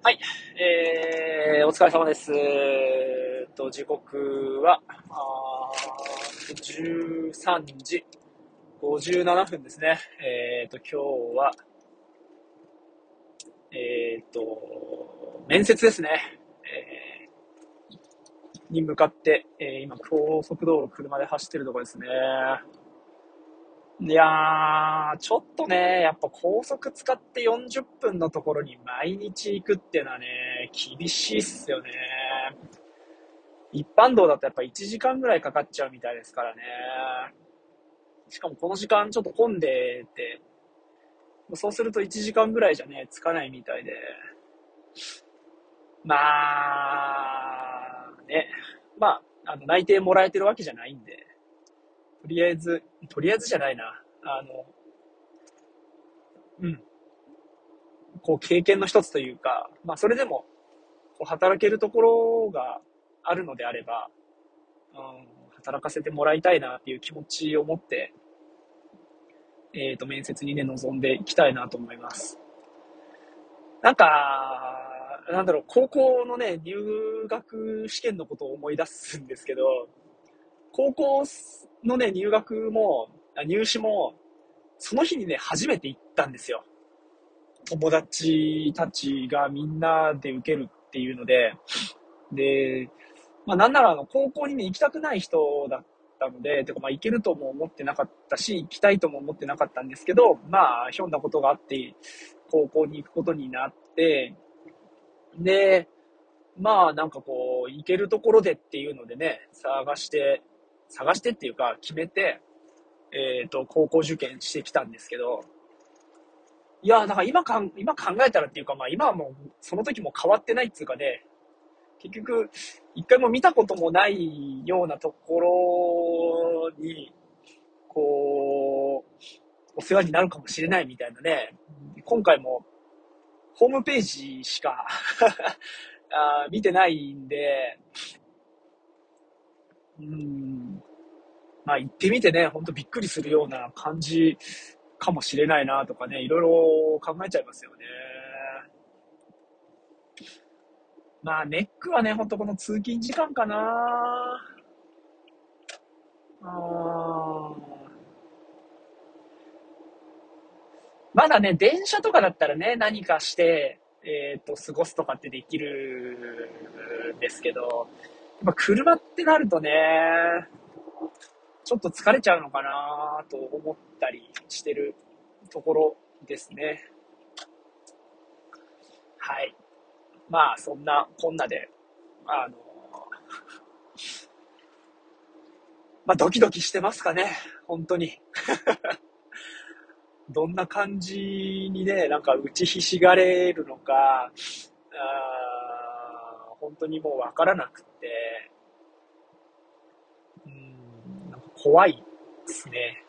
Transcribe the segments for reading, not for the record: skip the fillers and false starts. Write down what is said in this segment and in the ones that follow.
はい。お疲れ様です。時刻は、13時57分ですね。今日は、面接ですね。に向かって、今、高速道路車で走ってるところですね。いやー、ちょっとね、やっぱ高速使って40分のところに毎日行くっていうのはね、厳しいっすよね。一般道だとやっぱ1時間ぐらいかかっちゃうみたいですからね。しかもこの時間ちょっと混んでて、そうすると1時間ぐらいじゃね、つかないみたいで。まあ、ね。まあ、内定もらえてるわけじゃないんで、とりあえずじゃないな。うん。こう経験の一つというか、まあそれでも、こう働けるところがあるのであれば、うん、働かせてもらいたいなっていう気持ちを持って、面接にね、臨んでいきたいなと思います。なんか、なんだろう、高校のね、入学試験のことを思い出すんですけど、高校のね、入試も、その日にね、初めて行ったんですよ。友達たちがみんなで受けるっていうので、で、まあなんなら高校にね、行きたくない人だったので、てかまあ行けるとも思ってなかったし、行きたいとも思ってなかったんですけど、まあひょんなことがあって、高校に行くことになって、で、まあなんかこう、行けるところでっていうのでね、探してっていうか決めて、高校受験してきたんですけど、いや、なんか今考えたらっていうか、まあ今はもう、その時も変わってないっていうかね、結局、一回も見たこともないようなところに、こう、お世話になるかもしれないみたいなね、今回もホームページしか見てないんで、まあ行ってみてね、ほんとびっくりするような感じかもしれないなとかね、いろいろ考えちゃいますよね。まあネックはね、ほんとこの通勤時間かな。まだね、電車とかだったらね、何かして、過ごすとかってできるんですけど、やっぱ車ってなるとね、ちょっと疲れちゃうのかなと思ったりしてるところですね。はい。まあ、そんなこんなで、あの、まあ、ドキドキしてますかね。本当に。どんな感じにね、なんか打ちひしがれるのか、本当にもうわからなくて、なんか怖いですね。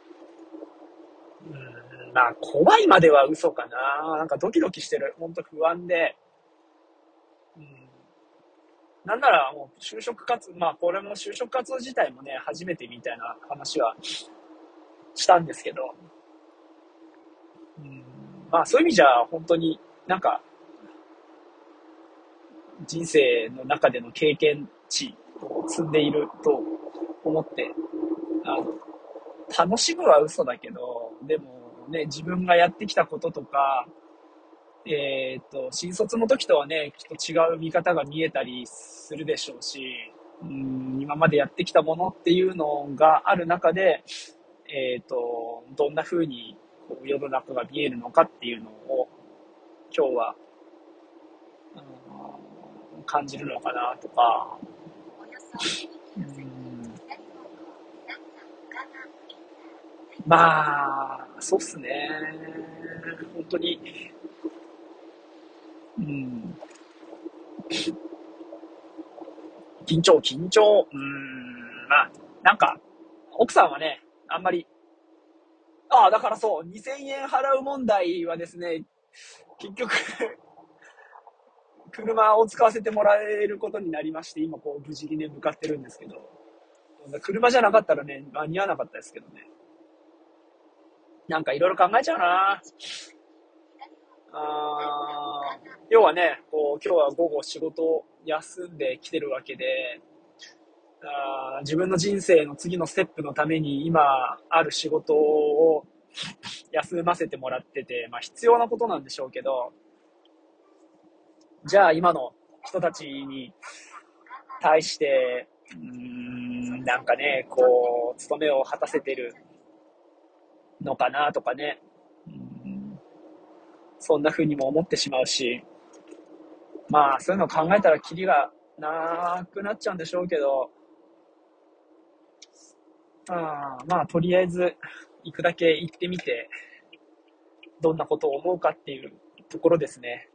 まあ、怖いまでは嘘かな。なんかドキドキしてる。本当不安で。うん、なんならもうまあこれも就職活動自体もね、初めてみたいな話はしたんですけど、まあそういう意味じゃ本当になんか人生の中での経験値を積んでいると思って、あの、楽しむは嘘だけど、でもね、自分がやってきたこととか、新卒の時とはね、きっと違う見方が見えたりするでしょうし、今までやってきたものっていうのがある中で、どんな風にこう世の中が見えるのかっていうのを今日は、感じるのかなとか、まあ、そうっすね。本当に、うん、緊張、まあ、なんか、奥さんはね、あんまり、だからそう、2000円払う問題はですね、結局車を使わせてもらえることになりまして、今こう、無事にね、向かってるんですけど、車じゃなかったらね、間に合わなかったですけどね。なんかいろいろ考えちゃうな。 要はね、こう、今日は午後仕事を休んできてるわけで、自分の人生の次のステップのために今ある仕事を休ませてもらってて、まあ必要なことなんでしょうけど、じゃあ今の人たちに対して、なんかね、こう、務めを果たせてるのかなとかね、そんな風にも思ってしまうし、まあそういうのを考えたらキリがなくなっちゃうんでしょうけど、まあとりあえず行くだけ行ってみて、どんなことを思うかっていうところですね。